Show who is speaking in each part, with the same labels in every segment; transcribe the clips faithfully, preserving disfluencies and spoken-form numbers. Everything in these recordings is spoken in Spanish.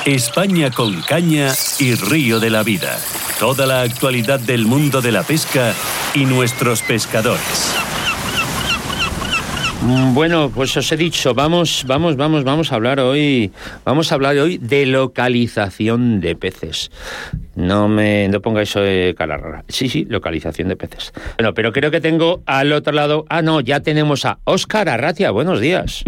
Speaker 1: España con caña y río de la vida. Toda la actualidad del mundo de la pesca y nuestros pescadores.
Speaker 2: Bueno, pues os he dicho, vamos, vamos, vamos, vamos a hablar hoy, vamos a hablar hoy de localización de peces. No me, no pongáis eh, cara rara. Sí, sí, localización de peces. Bueno, pero creo que tengo al otro lado. Ah, no, ya tenemos a Óscar Arratia. Buenos días.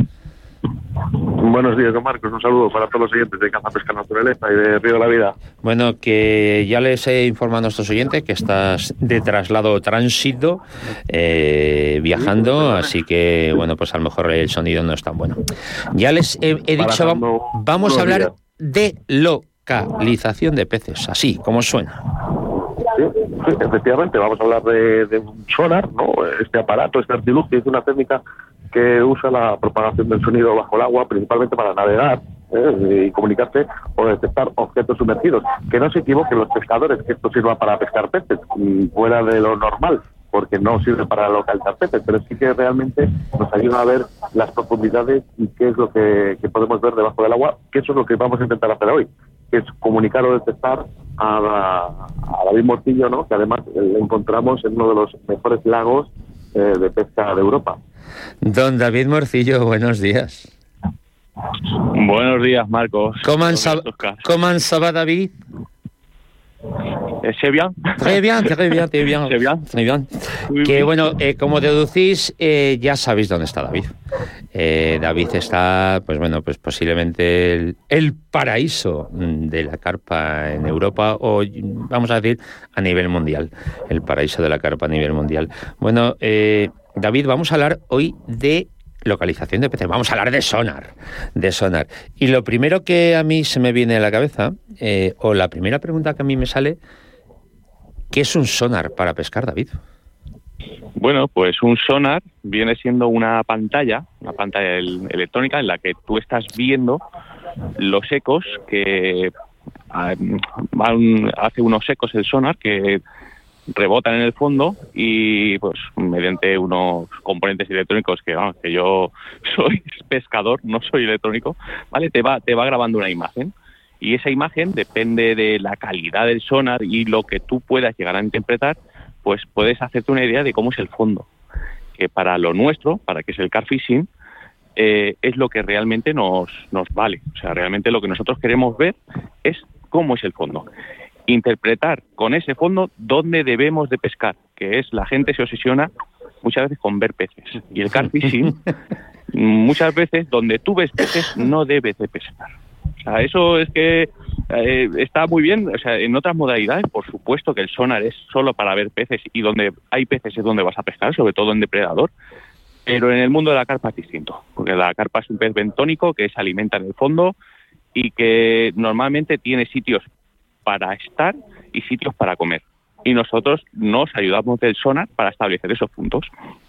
Speaker 3: Buenos días, don Marcos. Un saludo para todos los oyentes de Caza Pesca Naturaleza y de Río de la Vida.
Speaker 2: Bueno, que ya les he informado a nuestros oyentes que estás de traslado o tránsito, eh, viajando, así que, bueno, pues a lo mejor el sonido no es tan bueno. Ya les he, he dicho, vamos, vamos a hablar de localización de peces, así como suena.
Speaker 3: Sí, sí, efectivamente, vamos a hablar de, de un sonar, ¿no? Este aparato, este artilugio, es una técnica que usa la propagación del sonido bajo el agua, principalmente para navegar ¿eh? y comunicarse o detectar objetos sumergidos. Que no se equivoquen los pescadores, que esto sirva para pescar peces, fuera de lo normal, porque no sirve para localizar peces, pero sí que realmente nos ayuda a ver las profundidades y qué es lo que, que podemos ver debajo del agua, que eso es lo que vamos a intentar hacer hoy, que es comunicar o detectar a, la, a David Morcillo, ¿no? Que además le encontramos en uno de los mejores lagos eh, de pesca de Europa.
Speaker 2: Don David Morcillo, buenos días.
Speaker 4: Buenos días, Marcos.
Speaker 2: ¿Cómo ça va, David?
Speaker 4: ¿C'est bien?
Speaker 2: Très bien, très bien, très bien.
Speaker 4: ¿C'est bien?
Speaker 2: Très bien. Que bueno, eh, como deducís, eh, ya sabéis dónde está David. Eh, David está, pues bueno, pues posiblemente el, el paraíso de la carpa en Europa, o vamos a decir, a nivel mundial. El paraíso de la carpa a nivel mundial. Bueno, eh, David, vamos a hablar hoy de localización de peces. Vamos a hablar de sonar, de sonar. Y lo primero que a mí se me viene a la cabeza, eh, o la primera pregunta que a mí me sale, ¿qué es un sonar para pescar, David?
Speaker 4: Bueno, pues un sonar viene siendo una pantalla, una pantalla electrónica en la que tú estás viendo los ecos que van, hace unos ecos el sonar que rebotan en el fondo y pues mediante unos componentes electrónicos que vamos, que yo soy pescador, no soy electrónico, vale, te va te va grabando una imagen y esa imagen depende de la calidad del sonar y lo que tú puedas llegar a interpretar, pues puedes hacerte una idea de cómo es el fondo, que para lo nuestro, para que es el carp fishing, eh, es lo que realmente nos nos vale, o sea, realmente lo que nosotros queremos ver es cómo es el fondo. Interpretar con ese fondo dónde debemos de pescar, que es, la gente se obsesiona muchas veces con ver peces, y el carp fishing muchas veces donde tú ves peces no debes de pescar. O sea, eso es que eh, está muy bien, o sea, en otras modalidades por supuesto que el sonar es solo para ver peces y donde hay peces es donde vas a pescar, sobre todo en depredador, pero en el mundo de la carpa es distinto, porque la carpa es un pez bentónico que se alimenta en el fondo y que normalmente tiene sitios para estar y sitios para comer. Y nosotros nos ayudamos del sonar para establecer esos puntos.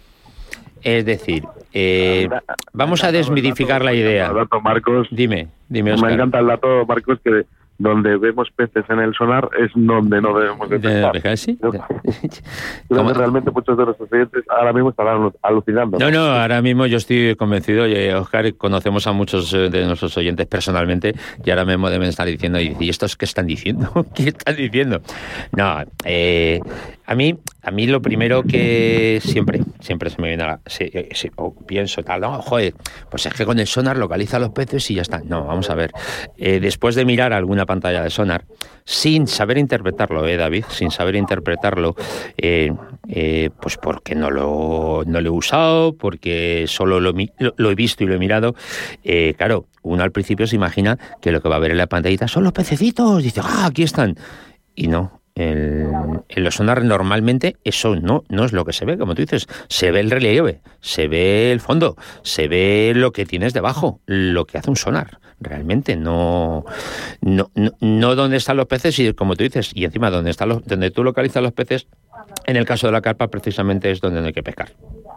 Speaker 2: Es decir, eh, vamos a desmitificar la idea.
Speaker 3: Dato, Marcos.
Speaker 2: Dime, dime, Óscar.
Speaker 3: Me encanta el dato, Marcos, que donde vemos peces en el sonar es donde no debemos de pescar.
Speaker 2: ¿De pescar, sí?
Speaker 3: Yo, creo que realmente muchos de nuestros clientes ahora mismo estarán alucinando.
Speaker 2: No, no, ahora mismo yo estoy convencido, Óscar, conocemos a muchos de nuestros oyentes personalmente y ahora mismo deben estar diciendo, ¿y estos qué están diciendo? ¿Qué están diciendo? No, eh, a mí a mí lo primero que siempre, siempre se me viene a la... Sí, sí, o pienso tal, no, joder, pues es que con el sonar localiza los peces y ya está. No, vamos a ver. Eh, después de mirar alguna pantalla de sonar, sin saber interpretarlo, ¿eh, David? Sin saber interpretarlo, eh, eh, pues porque no lo, no lo he usado, porque solo lo, lo, lo he visto y lo he mirado. Eh, claro, uno al principio se imagina que lo que va a ver en la pantallita son los pececitos. Dice, ah, aquí están. Y no. El, en los sonar normalmente eso no, no es lo que se ve, como tú dices, se ve el relieve, se ve el fondo, se ve lo que tienes debajo, lo que hace un sonar, realmente no no, no, no dónde están los peces y como tú dices, y encima donde están los, donde tú localizas los peces, en el caso de la carpa precisamente es donde no hay que pescar.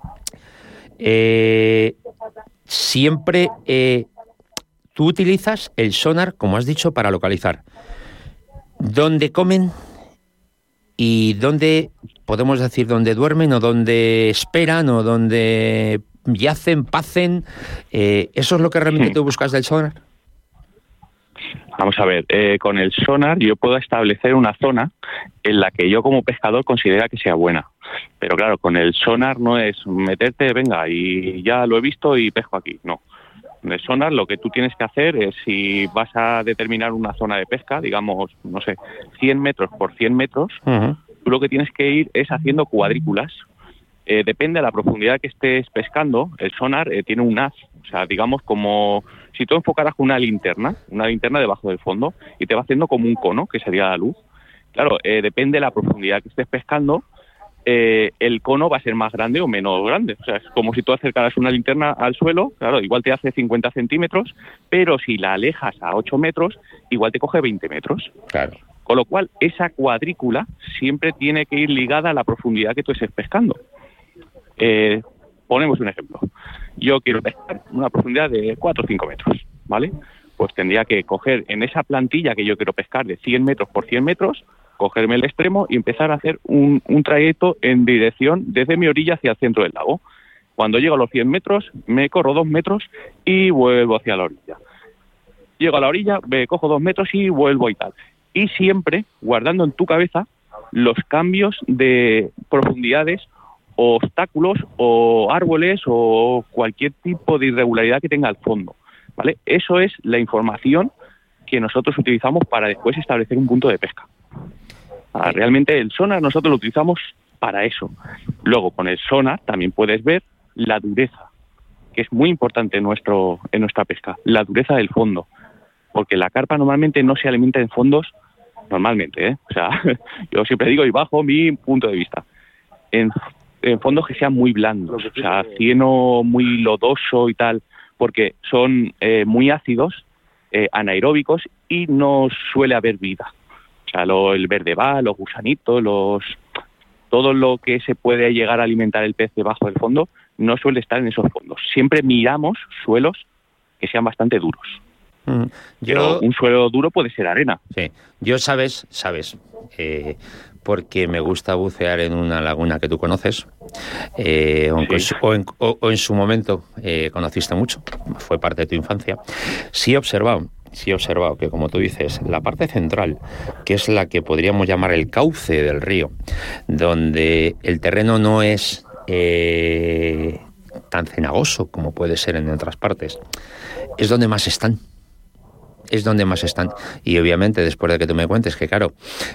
Speaker 2: Eh, siempre eh, tú utilizas el sonar, como has dicho, para localizar dónde comen y dónde, podemos decir, dónde duermen o dónde esperan o dónde yacen, pacen. Eh, ¿Eso es lo que realmente tú buscas del sonar?
Speaker 4: Vamos a ver, eh, con el sonar yo puedo establecer una zona en la que yo como pescador considera que sea buena. Pero claro, con el sonar no es meterte, venga, y ya lo he visto y pesco aquí. No. Con el sonar lo que tú tienes que hacer es, si vas a determinar una zona de pesca, digamos, no sé, cien metros por cien metros, uh-huh. tú lo que tienes que ir es haciendo cuadrículas. Eh, depende de la profundidad que estés pescando, el sonar eh, tiene un haz, o sea, digamos como si tú enfocaras una linterna, una linterna debajo del fondo, y te va haciendo como un cono, que sería la luz. Claro, eh, depende de la profundidad que estés pescando, eh, el cono va a ser más grande o menos grande. O sea, es como si tú acercaras una linterna al suelo, claro, igual te hace cincuenta centímetros, pero si la alejas a ocho metros, igual te coge veinte metros.
Speaker 2: Claro.
Speaker 4: Con lo cual, esa cuadrícula siempre tiene que ir ligada a la profundidad que tú estés pescando. Eh, ponemos un ejemplo. Yo quiero pescar una profundidad de cuatro o cinco metros, ¿vale? Pues tendría que coger en esa plantilla que yo quiero pescar de cien metros por cien metros, cogerme el extremo y empezar a hacer un, un trayecto en dirección desde mi orilla hacia el centro del lago. Cuando llego a los cien metros, me corro dos metros y vuelvo hacia la orilla. Llego a la orilla, me cojo dos metros y vuelvo y tal. Y siempre guardando en tu cabeza los cambios de profundidades, o obstáculos, o árboles, o cualquier tipo de irregularidad que tenga al fondo, ¿vale? Eso es la información que nosotros utilizamos para después establecer un punto de pesca. Ah, realmente el sonar nosotros lo utilizamos para eso. Luego, con el sonar también puedes ver la dureza, que es muy importante en, nuestro, en nuestra pesca, la dureza del fondo, porque la carpa normalmente no se alimenta en fondos, normalmente, ¿eh? O sea, yo siempre digo, y bajo mi punto de vista, en en fondos que sean muy blandos, o sea, cieno muy lodoso y tal, porque son eh, muy ácidos, eh, anaeróbicos, y no suele haber vida. O sea, lo, el verde va, los gusanitos, los todo lo que se puede llegar a alimentar el pez debajo del fondo, no suele estar en esos fondos. Siempre miramos suelos que sean bastante duros. Mm, yo, Pero un suelo duro puede ser arena.
Speaker 2: Sí, yo sabes, sabes, eh, porque me gusta bucear en una laguna que tú conoces, eh, aunque, sí. o, en, o, o en su momento eh, conociste mucho, fue parte de tu infancia. Sí he observado, sí he observado que, como tú dices, la parte central, que es la que podríamos llamar el cauce del río, donde el terreno no es eh, tan cenagoso como puede ser en otras partes, es donde más están. Es donde más están. Y obviamente, después de que tú me cuentes que, claro,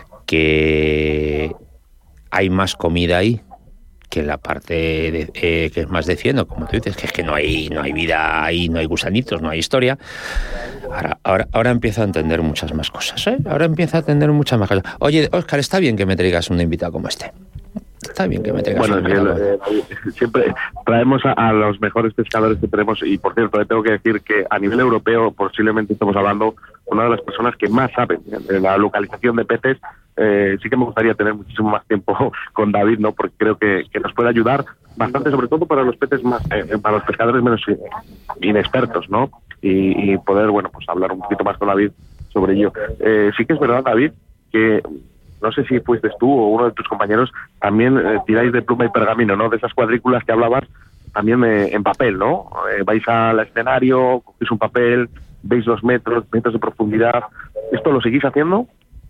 Speaker 2: que hay más comida ahí que en la parte de, eh, que es más de cieno, como tú dices, que es que no hay no hay vida ahí, no hay gusanitos, no hay historia. Ahora, ahora, ahora empiezo a entender muchas más cosas, ¿eh? Ahora empiezo a entender muchas más cosas. Oye, Óscar, está bien que me traigas un invitado como este. Está bien que me traigas
Speaker 3: bueno,
Speaker 2: un invitado.
Speaker 3: Eh, eh, siempre traemos a, a los mejores pescadores que tenemos, y por cierto, le tengo que decir que a nivel europeo posiblemente estamos hablando una de las personas que más saben de la localización de peces. Eh, sí que me gustaría tener muchísimo más tiempo con David, ¿no? Porque creo que, que nos puede ayudar bastante, sobre todo para los peces más, eh, para los pescadores menos inexpertos, ¿no? Y, y poder, bueno, pues hablar un poquito más con David sobre ello. Eh, sí que es verdad, David, que no sé si fuiste tú o uno de tus compañeros, también eh, tiráis de pluma y pergamino, ¿no? De esas cuadrículas que hablabas, también eh, en papel, ¿no? Eh, vais al escenario, cogéis un papel, veis los metros, metros de profundidad. ¿Esto lo seguís haciendo?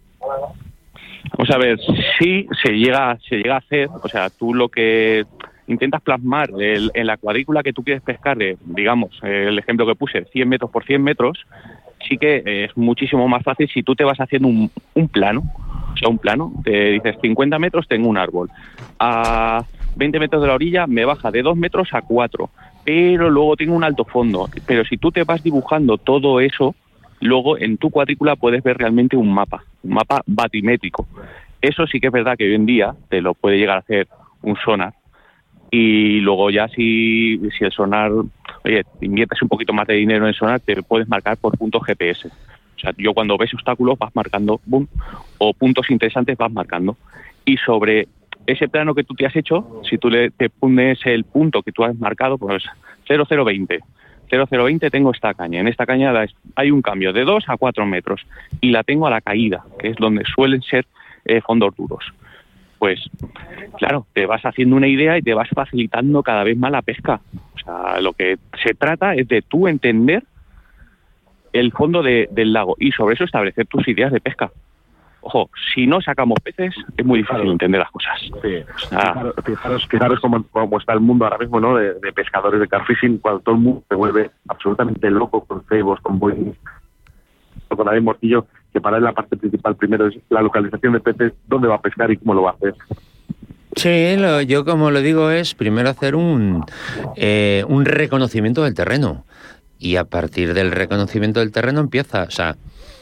Speaker 4: Vamos a ver, sí se llega, se llega a hacer, o sea, tú lo que intentas plasmar el, en la cuadrícula que tú quieres pescar, de, digamos, el ejemplo que puse, cien metros por cien metros, sí que es muchísimo más fácil si tú te vas haciendo un, un plano. O sea, un plano, te dices cincuenta metros tengo un árbol, a veinte metros de la orilla me baja de dos metros a cuatro, pero luego tengo un alto fondo. Pero si tú te vas dibujando todo eso, luego en tu cuadrícula puedes ver realmente un mapa, un mapa batimétrico. Eso sí que es verdad que hoy en día te lo puede llegar a hacer un sonar, y luego ya si, si el sonar, oye, inviertes un poquito más de dinero en el sonar, te puedes marcar por puntos G P S. O sea, yo cuando ves obstáculos vas marcando, boom, o puntos interesantes vas marcando. Y sobre ese plano que tú te has hecho, si tú le, te pones el punto que tú has marcado, pues cero cero veinte. cero cero veinte tengo esta caña. En esta caña hay un cambio de dos a cuatro metros. Y la tengo a la caída, que es donde suelen ser eh, fondos duros. Pues, claro, te vas haciendo una idea y te vas facilitando cada vez más la pesca. O sea, lo que se trata es de tú entender el fondo de, del lago y sobre eso establecer tus ideas de pesca. Ojo, si no sacamos peces, es muy difícil entender las cosas.
Speaker 3: Sí. Ah. Fijaros, fijaros cómo, cómo está el mundo ahora mismo, ¿no? De, de pescadores de carfishing, cuando todo el mundo se vuelve absolutamente loco con cebos, con boilies, con David Morcillo, que para él la parte principal primero es la localización de peces, dónde va a pescar y cómo lo va a hacer.
Speaker 2: Sí, lo, yo como lo digo es primero hacer un, eh, un reconocimiento del terreno y a partir del reconocimiento del terreno empieza, o sea,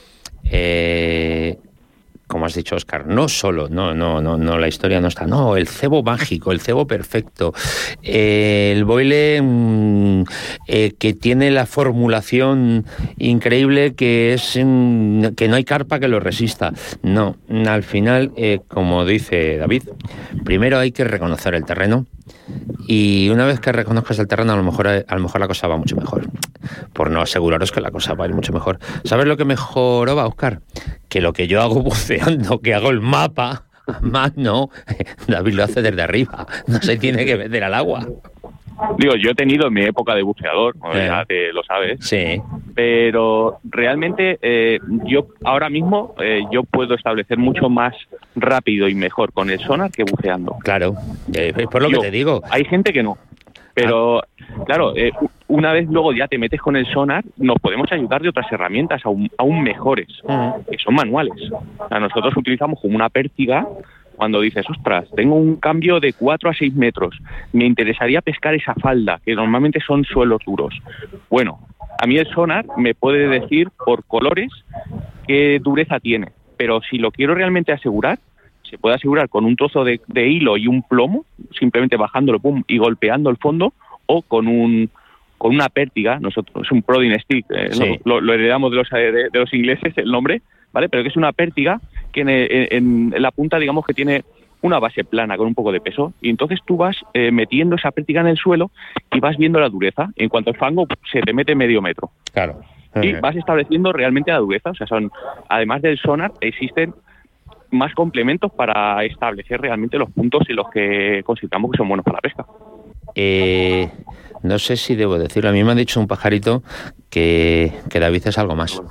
Speaker 2: eh, como has dicho, Óscar, no solo, no, no, no, no, la historia no está, no, el cebo mágico, el cebo perfecto, eh, el boile mmm, eh, que tiene la formulación increíble que es en, que no hay carpa que lo resista. No, al final, eh, como dice David, primero hay que reconocer el terreno. Y una vez que reconozcas el terreno, a lo mejor a lo mejor la cosa va mucho mejor. Por no aseguraros que la cosa va a ir mucho mejor. ¿Sabes lo que mejoró, Óscar? Que lo que yo hago buceando, que hago el mapa, más no, David lo hace desde arriba. No se tiene que meter al agua.
Speaker 4: Digo, yo he tenido mi época de buceador, eh. ya te lo sabes.
Speaker 2: Sí.
Speaker 4: Pero realmente eh, yo ahora mismo eh, yo puedo establecer mucho más rápido y mejor con el sonar que buceando.
Speaker 2: Claro, es por lo yo, que te digo.
Speaker 4: Hay gente que no. Pero, ah. claro, eh, una vez luego ya te metes con el sonar, nos podemos ayudar de otras herramientas aún, aún mejores, uh-huh. que son manuales. O sea, nosotros utilizamos como una pértiga. Cuando dices, ostras, tengo un cambio de cuatro a seis metros, me interesaría pescar esa falda, que normalmente son suelos duros. Bueno, a mí el sonar me puede decir por colores qué dureza tiene, pero si lo quiero realmente asegurar, se puede asegurar con un trozo de, de hilo y un plomo, simplemente bajándolo pum, y golpeando el fondo, o con un con una pértiga, nosotros es un prodding stick, eh, sí. lo, lo heredamos de los, de, de los ingleses el nombre, ¿vale? Pero que es una pértiga que en, en, en la punta, digamos que tiene una base plana con un poco de peso, y entonces tú vas eh, metiendo esa pértiga en el suelo y vas viendo la dureza. En cuanto al fango, se te mete medio metro.
Speaker 2: Claro.
Speaker 4: Y vas estableciendo realmente la dureza. O sea, son, además del sonar, existen más complementos para establecer realmente los puntos en los que consideramos que son buenos para la pesca.
Speaker 2: Eh, no sé si debo decirlo. A mí me han dicho un pajarito que, que David es algo más.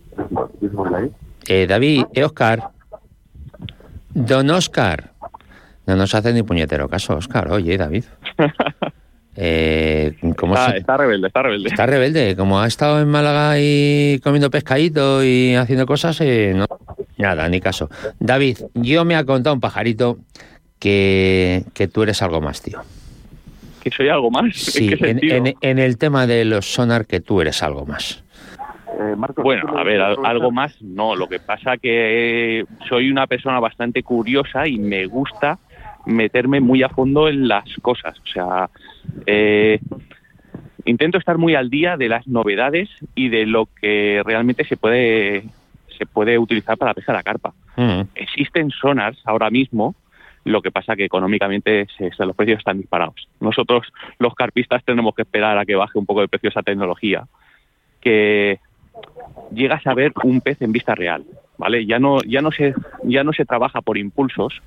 Speaker 2: Eh, David, eh, Óscar. Don Óscar. No nos hace ni puñetero caso, Óscar. Oye, David. Eh, ¿cómo
Speaker 4: está,
Speaker 2: se...
Speaker 4: está rebelde, está rebelde.
Speaker 2: Está rebelde. Como ha estado en Málaga y comiendo pescadito y haciendo cosas, eh, no. Nada, ni caso. David, yo me ha contado un pajarito que, que tú eres algo más, tío.
Speaker 4: ¿Que soy algo más?
Speaker 2: Sí,
Speaker 4: ¿En qué
Speaker 2: en, en, en el tema de los sonar, que tú eres algo más.
Speaker 3: Eh, Marcos,
Speaker 4: bueno, a ver, algo más no. Lo que pasa que soy una persona bastante curiosa y me gusta meterme muy a fondo en las cosas. O sea, eh, intento estar muy al día de las novedades y de lo que realmente se puede se puede utilizar para la pesca de la carpa. Uh-huh. Existen sonars ahora mismo, lo que pasa que económicamente se, se, los precios están disparados. Nosotros, los carpistas, tenemos que esperar a que baje un poco el precio de esa tecnología, que llegas a ver un pez en vista real, ¿vale? Ya no, ya no se, ya no se trabaja por impulsos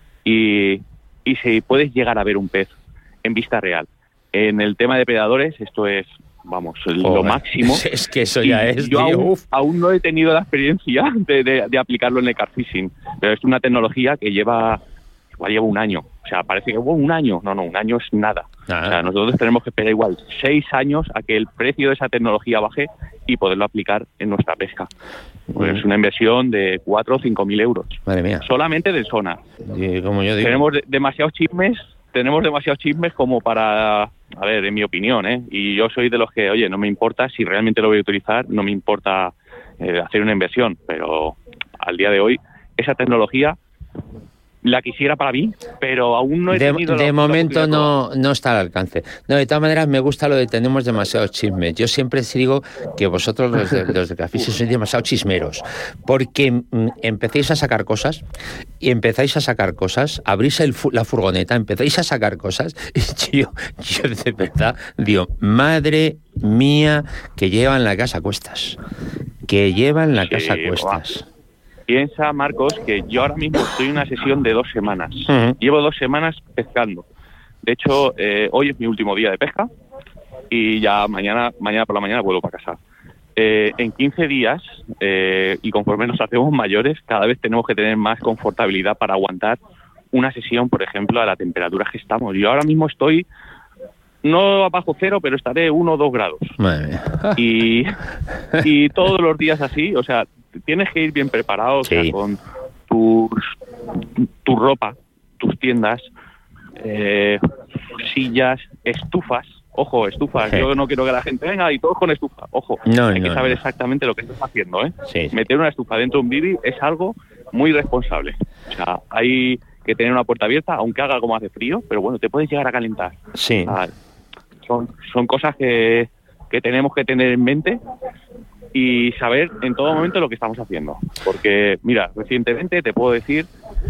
Speaker 4: y, y se puedes llegar a ver un pez en vista real. En el tema de predadores, esto es, vamos, Joder, lo máximo.
Speaker 2: Es que eso ya es,
Speaker 4: yo
Speaker 2: tío.
Speaker 4: Aún, aún no he tenido la experiencia de, de, de aplicarlo en el carfishing, pero es una tecnología que lleva, igual lleva un año. O sea, parece que, oh, un año. No, no, un año es nada. Ah. O sea, nosotros tenemos que esperar igual seis años a que el precio de esa tecnología baje y poderlo aplicar en nuestra pesca. Pues mm. es una inversión de cuatro o cinco mil euros.
Speaker 2: Madre mía.
Speaker 4: Solamente del sonar.
Speaker 2: Y como yo digo.
Speaker 4: Tenemos de, demasiados chismes, tenemos demasiados chismes como para, a ver, en mi opinión, ¿eh? Y yo soy de los que, oye, no me importa si realmente lo voy a utilizar, no me importa eh, hacer una inversión, pero al día de hoy esa tecnología la quisiera para mí, pero aún no he
Speaker 2: de,
Speaker 4: tenido...
Speaker 2: De
Speaker 4: la,
Speaker 2: momento
Speaker 4: la
Speaker 2: no, no está al alcance. No, de todas maneras me gusta lo de tenemos demasiados chismes. Yo siempre digo que vosotros los de, los de Carfishing sois demasiado chismeros, porque mm, empecéis a sacar cosas, y empezáis a sacar cosas, abrís el, la furgoneta, empezáis a sacar cosas, y yo, yo de verdad digo, madre mía, que llevan la casa a cuestas. Que llevan la sí, casa a cuestas.
Speaker 4: Va. Piensa, Marcos, que yo ahora mismo estoy en una sesión de dos semanas. Uh-huh. Llevo dos semanas pescando. De hecho, eh, hoy es mi último día de pesca y ya mañana mañana por la mañana vuelvo para casa. eh, en quince días, eh, y conforme nos hacemos mayores, cada vez tenemos que tener más confortabilidad para aguantar una sesión, por ejemplo, a la temperatura que estamos. Yo ahora mismo estoy, no bajo cero, pero estaré uno o dos grados.
Speaker 2: Madre mía.
Speaker 4: Y, y todos los días así, o sea, tienes que ir bien preparado,
Speaker 2: Sí.
Speaker 4: o sea, con tus, tu ropa, tus tiendas, eh, sillas, estufas. Ojo, estufas.
Speaker 2: Sí.
Speaker 4: Yo no quiero que la gente venga y todos con estufa. Ojo,
Speaker 2: No,
Speaker 4: hay
Speaker 2: no,
Speaker 4: que saber
Speaker 2: no.
Speaker 4: exactamente lo que estás haciendo, ¿eh?
Speaker 2: Sí, sí.
Speaker 4: Meter una estufa dentro de un bibi es algo muy responsable. O sea, hay que tener una puerta abierta, aunque haga como hace frío, pero bueno, te puedes llegar a calentar.
Speaker 2: Sí.
Speaker 4: O sea, son, son cosas que, que tenemos que tener en mente y saber en todo momento lo que estamos haciendo. Porque, mira, recientemente te puedo decir,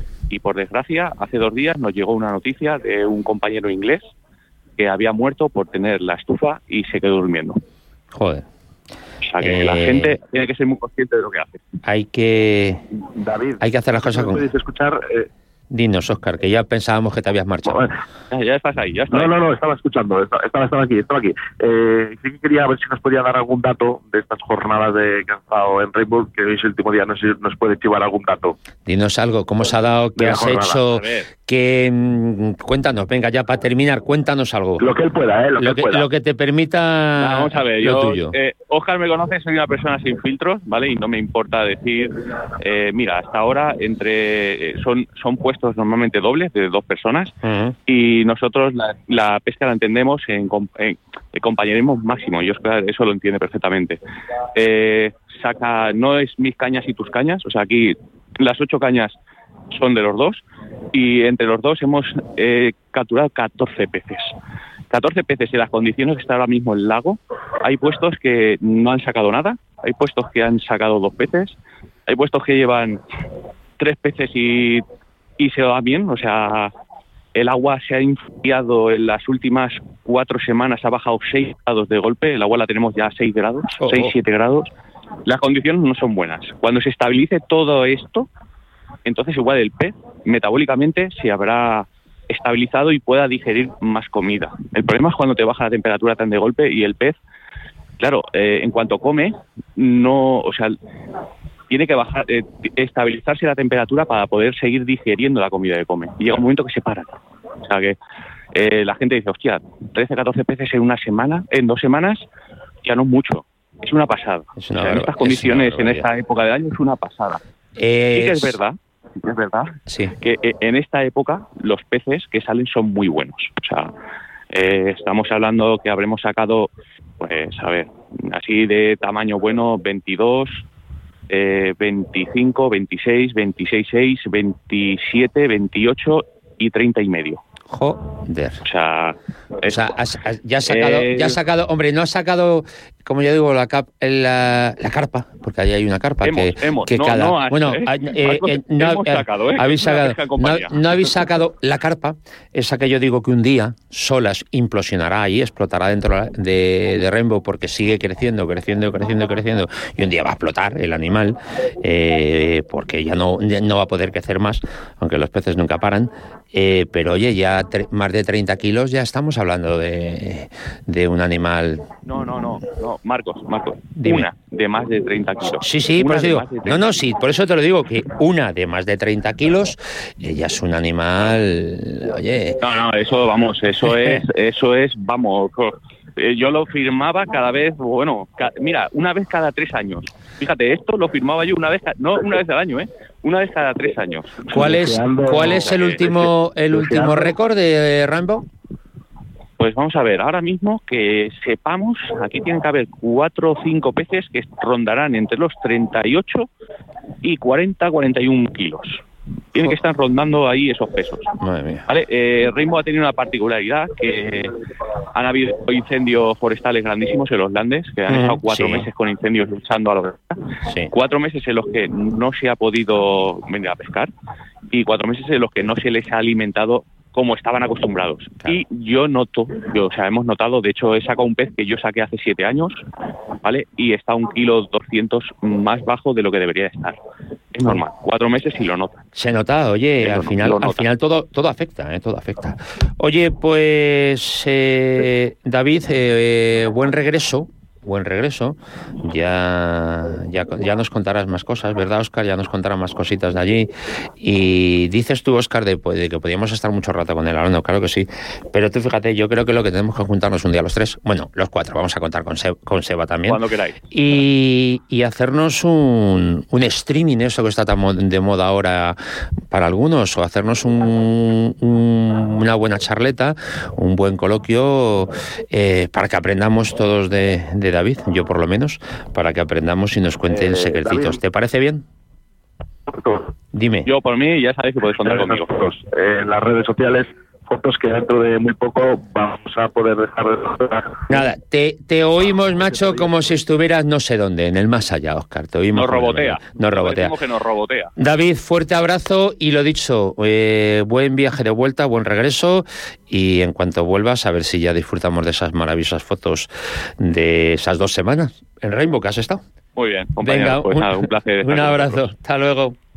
Speaker 4: y por desgracia, hace dos días nos llegó una noticia de un compañero inglés que había muerto por tener la estufa y se quedó durmiendo.
Speaker 2: Joder.
Speaker 4: O sea, que
Speaker 2: Eh,
Speaker 4: la gente tiene que ser muy consciente de lo que hace.
Speaker 2: Hay que,
Speaker 3: David,
Speaker 2: hay que hacer las cosas
Speaker 3: ¿me
Speaker 2: con...
Speaker 3: puedes escuchar? Eh,
Speaker 2: Dinos, Óscar, que ya pensábamos que te habías marchado.
Speaker 3: bueno,
Speaker 4: Ya, ya estás ahí, ya estás
Speaker 3: no,
Speaker 4: ahí.
Speaker 3: no, no, estaba escuchando, estaba, estaba, estaba aquí, estaba aquí. Eh, sí que quería ver si nos podía dar algún dato de estas jornadas de que han estado en Rainbow, que hoy es el último día, no sé si nos puede chivar algún dato.
Speaker 2: Dinos algo, ¿cómo se ha dado? ¿Qué
Speaker 3: De la
Speaker 2: has
Speaker 3: jornada.
Speaker 2: hecho?
Speaker 4: A ver.
Speaker 2: Que, mm, cuéntanos, venga, ya para terminar, cuéntanos algo.
Speaker 3: Lo que él pueda, ¿eh? Lo,
Speaker 2: Lo
Speaker 3: que,
Speaker 2: que,
Speaker 3: él pueda.
Speaker 2: lo que te permita
Speaker 4: Vamos a ver,
Speaker 2: lo
Speaker 4: yo,
Speaker 2: tuyo.
Speaker 4: eh, Óscar me conoce, soy una persona sin filtros, ¿vale? Y no me importa decir, eh, mira, hasta ahora entre eh, son, son puestos normalmente dobles de dos personas
Speaker 2: Ujú.
Speaker 4: y nosotros la, la pesca la entendemos en, com- en- en compañerismo máximo, y Óscar eso lo entiende perfectamente. Eh, saca, no es mis cañas y tus cañas, o sea, aquí las ocho cañas son de los dos y entre los dos hemos eh, capturado catorce peces. catorce peces en las condiciones que está ahora mismo el lago. Hay puestos que no han sacado nada, hay puestos que han sacado dos peces, hay puestos que llevan tres peces y, y se va bien, o sea, el agua se ha enfriado en las últimas cuatro semanas, ha bajado seis grados de golpe, el agua la tenemos ya a seis grados,
Speaker 2: Oh,
Speaker 4: seis,
Speaker 2: oh.
Speaker 4: siete grados. Las condiciones no son buenas. Cuando se estabilice todo esto, entonces igual el pez metabólicamente se habrá estabilizado y pueda digerir más comida. El problema es cuando te baja la temperatura tan de golpe y el pez, claro, eh, en cuanto come, no, o sea, tiene que bajar, eh, estabilizarse la temperatura para poder seguir digiriendo la comida que come. Y llega un momento que se para. O sea que eh, la gente dice, hostia, trece, catorce peces en una semana, en dos semanas, ya no es mucho. Es una pasada.
Speaker 2: Es una
Speaker 4: o sea, en
Speaker 2: barba-
Speaker 4: estas
Speaker 2: es
Speaker 4: condiciones,
Speaker 2: una
Speaker 4: en
Speaker 2: barbaridad.
Speaker 4: esta época del año, es una pasada.
Speaker 2: Eh,
Speaker 4: Sí que es verdad, sí que es verdad
Speaker 2: Sí.
Speaker 4: que eh, en esta época los peces que salen son muy buenos. O sea, eh, estamos hablando que habremos sacado, pues, a ver, así de tamaño bueno, veintidós, eh, veinticinco, veintiséis, veintiséis, seis, veintisiete, veintiocho y treinta y medio.
Speaker 2: Joder.
Speaker 4: O sea,
Speaker 2: O
Speaker 4: es-
Speaker 2: sea, has- has- ya has sacado,
Speaker 4: Eh,
Speaker 2: ya has sacado, hombre, no has sacado, como yo digo, la, cap- la, la carpa, porque ahí hay una carpa
Speaker 4: Hemos,
Speaker 2: que,
Speaker 4: hemos,
Speaker 2: que
Speaker 4: no,
Speaker 2: cada,
Speaker 4: no has,
Speaker 2: bueno,
Speaker 4: ¿eh?
Speaker 2: ah, eh, eh, no,
Speaker 4: Hemos
Speaker 2: eh,
Speaker 4: sacado, ¿eh?
Speaker 2: habéis
Speaker 4: Es una
Speaker 2: sacado,
Speaker 4: pesca en
Speaker 2: no,
Speaker 4: compañía.
Speaker 2: no habéis sacado la carpa, esa que yo digo que un día solas implosionará y explotará dentro de, de Rainbow porque sigue creciendo, creciendo, creciendo, creciendo y un día va a explotar el animal eh, porque ya no, ya no va a poder crecer más, aunque los peces nunca paran. Eh, pero oye, ya tre- más de treinta kilos, ya estamos hablando de, de un animal.
Speaker 4: No, no, no, no, Marcos, Marcos,
Speaker 2: Dime.
Speaker 4: una de más de treinta kilos.
Speaker 2: Sí, sí,
Speaker 4: Una
Speaker 2: por eso
Speaker 4: de
Speaker 2: digo.
Speaker 4: más de
Speaker 2: No,
Speaker 4: treinta
Speaker 2: no, sí, por eso te lo digo, que una de más de treinta kilos, eh, ya es un animal. Oye.
Speaker 4: No, no, eso, vamos, eso es, eso es, vamos, co- eh, yo lo firmaba cada vez, bueno, ca- mira, una vez cada tres años. Fíjate, esto lo firmaba yo una vez, ca- no una vez al año, ¿eh? Una vez cada tres años.
Speaker 2: ¿Cuál es,
Speaker 3: Deseando-
Speaker 2: ¿cuál es el
Speaker 4: eh,
Speaker 2: último, el
Speaker 3: deseando-
Speaker 2: último récord de Rainbow?
Speaker 4: Pues vamos a ver, ahora mismo que sepamos, aquí tienen que haber cuatro o cinco peces que rondarán entre los treinta y ocho y cuarenta, cuarenta y uno kilos. Tienen que estar rondando ahí esos pesos.
Speaker 2: Madre mía.
Speaker 4: Vale, eh, Rainbow ha tenido una particularidad, que han habido incendios forestales grandísimos en los Landes, que han
Speaker 2: Ujú,
Speaker 4: estado cuatro
Speaker 2: sí.
Speaker 4: meses con incendios luchando a lo que
Speaker 2: Sí.
Speaker 4: cuatro meses en los que no se ha podido venir a pescar y cuatro meses en los que no se les ha alimentado como estaban acostumbrados.
Speaker 2: Claro.
Speaker 4: Y yo noto, yo, o sea, hemos notado, de hecho he sacado un pez que yo saqué hace siete años, ¿vale? Y está un kilo doscientos más bajo de lo que debería estar. Es normal, cuatro meses y lo nota.
Speaker 2: Se nota, oye,
Speaker 4: Eso
Speaker 2: al
Speaker 4: no,
Speaker 2: final,
Speaker 4: lo
Speaker 2: al
Speaker 4: nota.
Speaker 2: final todo, todo afecta, ¿eh? Todo afecta. Oye, pues eh, David, eh, buen regreso. buen regreso. Ya, ya, ya nos contarás más cosas, ¿verdad, Óscar? Ya nos contarás más cositas de allí. Y dices tú, Óscar, de, de que podíamos estar mucho rato con él hablando, claro que sí. Pero tú fíjate, yo creo que lo que tenemos que juntarnos un día los tres, bueno, los cuatro, vamos a contar con, Se, con Seba también.
Speaker 4: Cuando queráis.
Speaker 2: Y, y hacernos un, un streaming, eso que está tan de moda ahora para algunos, o hacernos un, un, una buena charleta, un buen coloquio, eh, para que aprendamos todos de, de David, yo por lo menos, para que aprendamos y nos cuente eh, secretitos. David. ¿Te parece bien? Dime.
Speaker 4: Yo por mí ya sabéis que podéis contar conmigo.
Speaker 3: Fotos, eh, en las redes sociales, fotos que dentro de muy poco vamos a poder dejar de...
Speaker 2: Nada, te, te oímos, macho, como si estuvieras no sé dónde, en el más allá, Óscar. Te oímos.
Speaker 4: Nos robotea.
Speaker 2: Nos robotea.
Speaker 4: Que nos robotea.
Speaker 2: David, fuerte abrazo y lo dicho, eh, buen viaje de vuelta, buen regreso, y en cuanto vuelvas, a ver si ya disfrutamos de esas maravillosas fotos de esas dos semanas en Rainbow que has estado.
Speaker 4: Muy bien, compañero. Venga, pues
Speaker 2: un,
Speaker 4: nada, un placer.
Speaker 2: Un abrazo. Hasta luego.